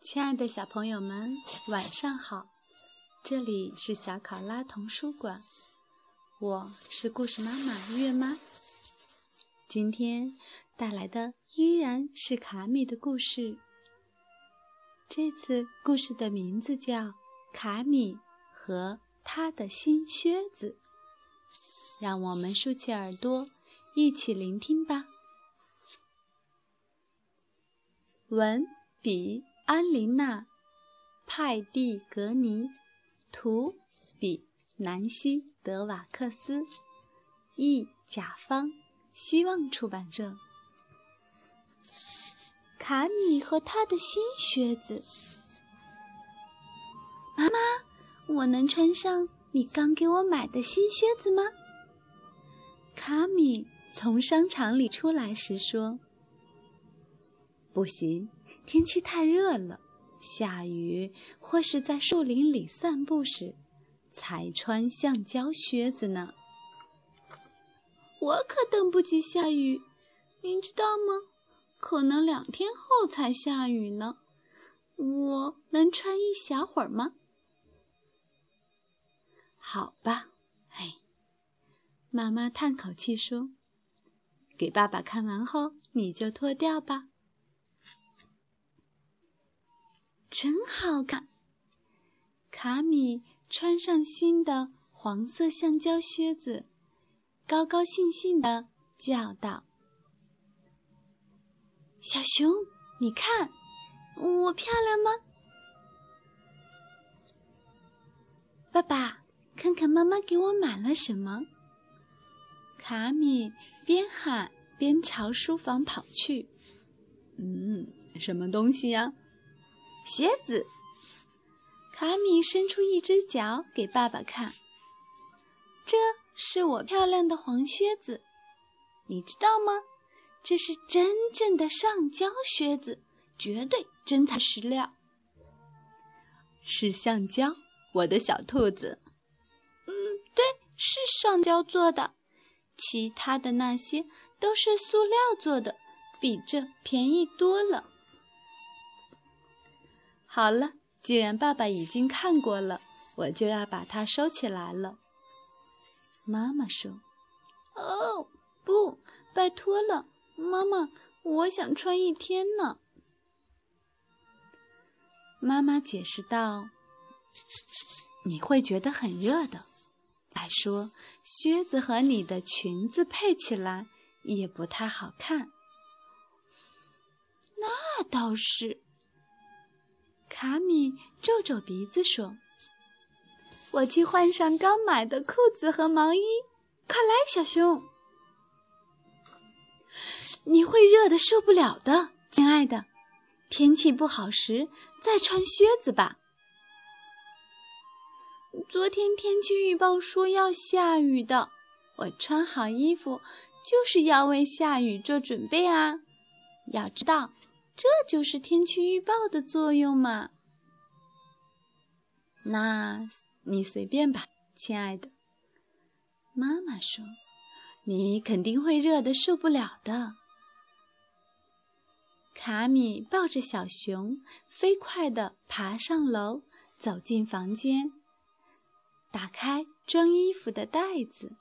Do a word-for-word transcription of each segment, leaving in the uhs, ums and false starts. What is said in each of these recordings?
亲爱的小朋友们，晚上好！这里是小考拉童书馆，我是故事妈妈月妈。今天带来的依然是卡米的故事。这次故事的名字叫《卡米和他的新靴子》，让我们竖起耳朵，一起聆听吧。文比安琳娜·派蒂格尼，图比南希·德瓦克斯，译甲方，希望出版社。卡米和他的新靴子。妈妈，我能穿上你刚给我买的新靴子吗？卡米从商场里出来时说。不行，天气太热了，下雨或是在树林里散步时才穿橡胶靴子呢。我可等不及下雨，您知道吗？可能两天后才下雨呢。我能穿一小会儿吗？好吧，哎，妈妈叹口气说，给爸爸看完后你就脱掉吧。真好看！卡米穿上新的黄色橡胶靴子，高高兴兴地叫道：“小熊，你看，我漂亮吗？”爸爸，看看妈妈给我买了什么。卡米边喊边朝书房跑去。嗯，什么东西呀？鞋子。卡米伸出一只脚给爸爸看，这是我漂亮的黄靴子，你知道吗？这是真正的橡胶靴子，绝对真材实料。是橡胶，我的小兔子。嗯，对，是橡胶做的，其他的那些都是塑料做的，比这便宜多了。好了，既然爸爸已经看过了，我就要把它收起来了。妈妈说：“哦，不，拜托了，妈妈，我想穿一天呢。”妈妈解释道：“你会觉得很热的。再说，靴子和你的裙子配起来也不太好看。”那倒是。卡米皱皱鼻子说：“我去换上刚买的裤子和毛衣，快来，小熊。”你会热得受不了的，亲爱的。天气不好时再穿靴子吧。昨天天气预报说要下雨的，我穿好衣服就是要为下雨做准备啊。要知道，这就是天气预报的作用嘛。那你随便吧，亲爱的。妈妈说，你肯定会热得受不了的。卡米抱着小熊，飞快地爬上楼，走进房间，打开装衣服的袋子。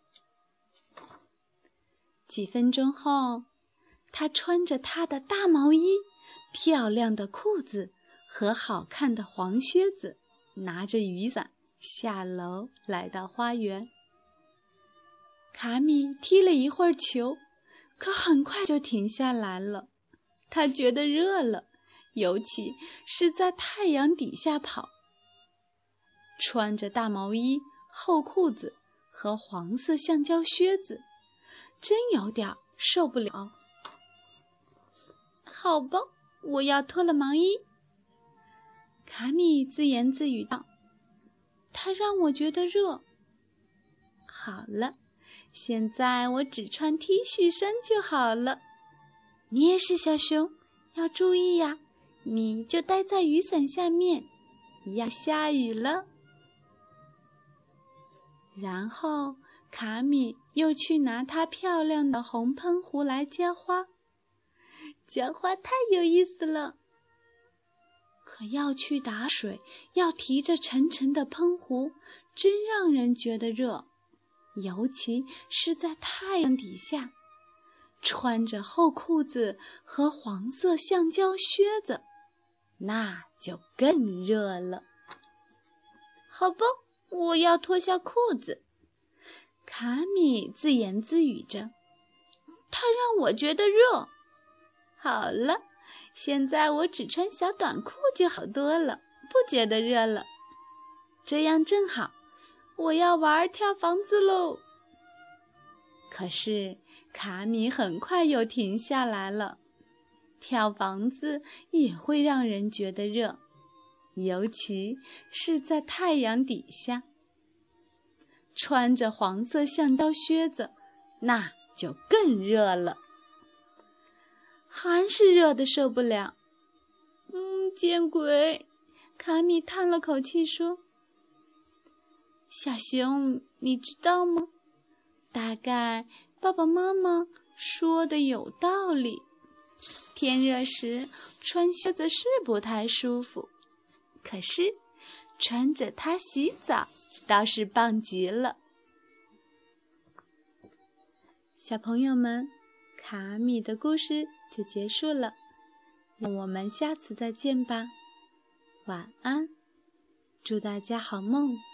几分钟后，他穿着他的大毛衣、漂亮的裤子和好看的黄靴子，拿着雨伞下楼来到花园。卡米踢了一会儿球，可很快就停下来了。他觉得热了，尤其是在太阳底下跑。穿着大毛衣、厚裤子和黄色橡胶靴子，真有点受不了。好吧，我要脱了毛衣。卡米自言自语道：“它让我觉得热。”好了，现在我只穿 T 恤衫就好了。你也是，小熊，要注意呀，你就待在雨伞下面，要下雨了。然后卡米又去拿她漂亮的红喷壶来浇花。浇花太有意思了。 可要去打水，要提着沉沉的喷壶，真让人觉得热，尤其是在太阳底下，穿着厚裤子和黄色橡胶靴子，那就更热了。好吧，我要脱下裤子。卡米自言自语着，它让我觉得热。好了，现在我只穿小短裤就好多了，不觉得热了。这样正好，我要玩跳房子喽。可是卡米很快又停下来了。跳房子也会让人觉得热，尤其是在太阳底下。穿着黄色橡胶靴子，那就更热了。还是热得受不了。嗯，见鬼！卡米叹了口气说：“小熊，你知道吗？大概爸爸妈妈说的有道理。天热时穿靴子是不太舒服，可是穿着它洗澡倒是棒极了。”小朋友们，卡米的故事就结束了，那我们下次再见吧。晚安，祝大家好梦。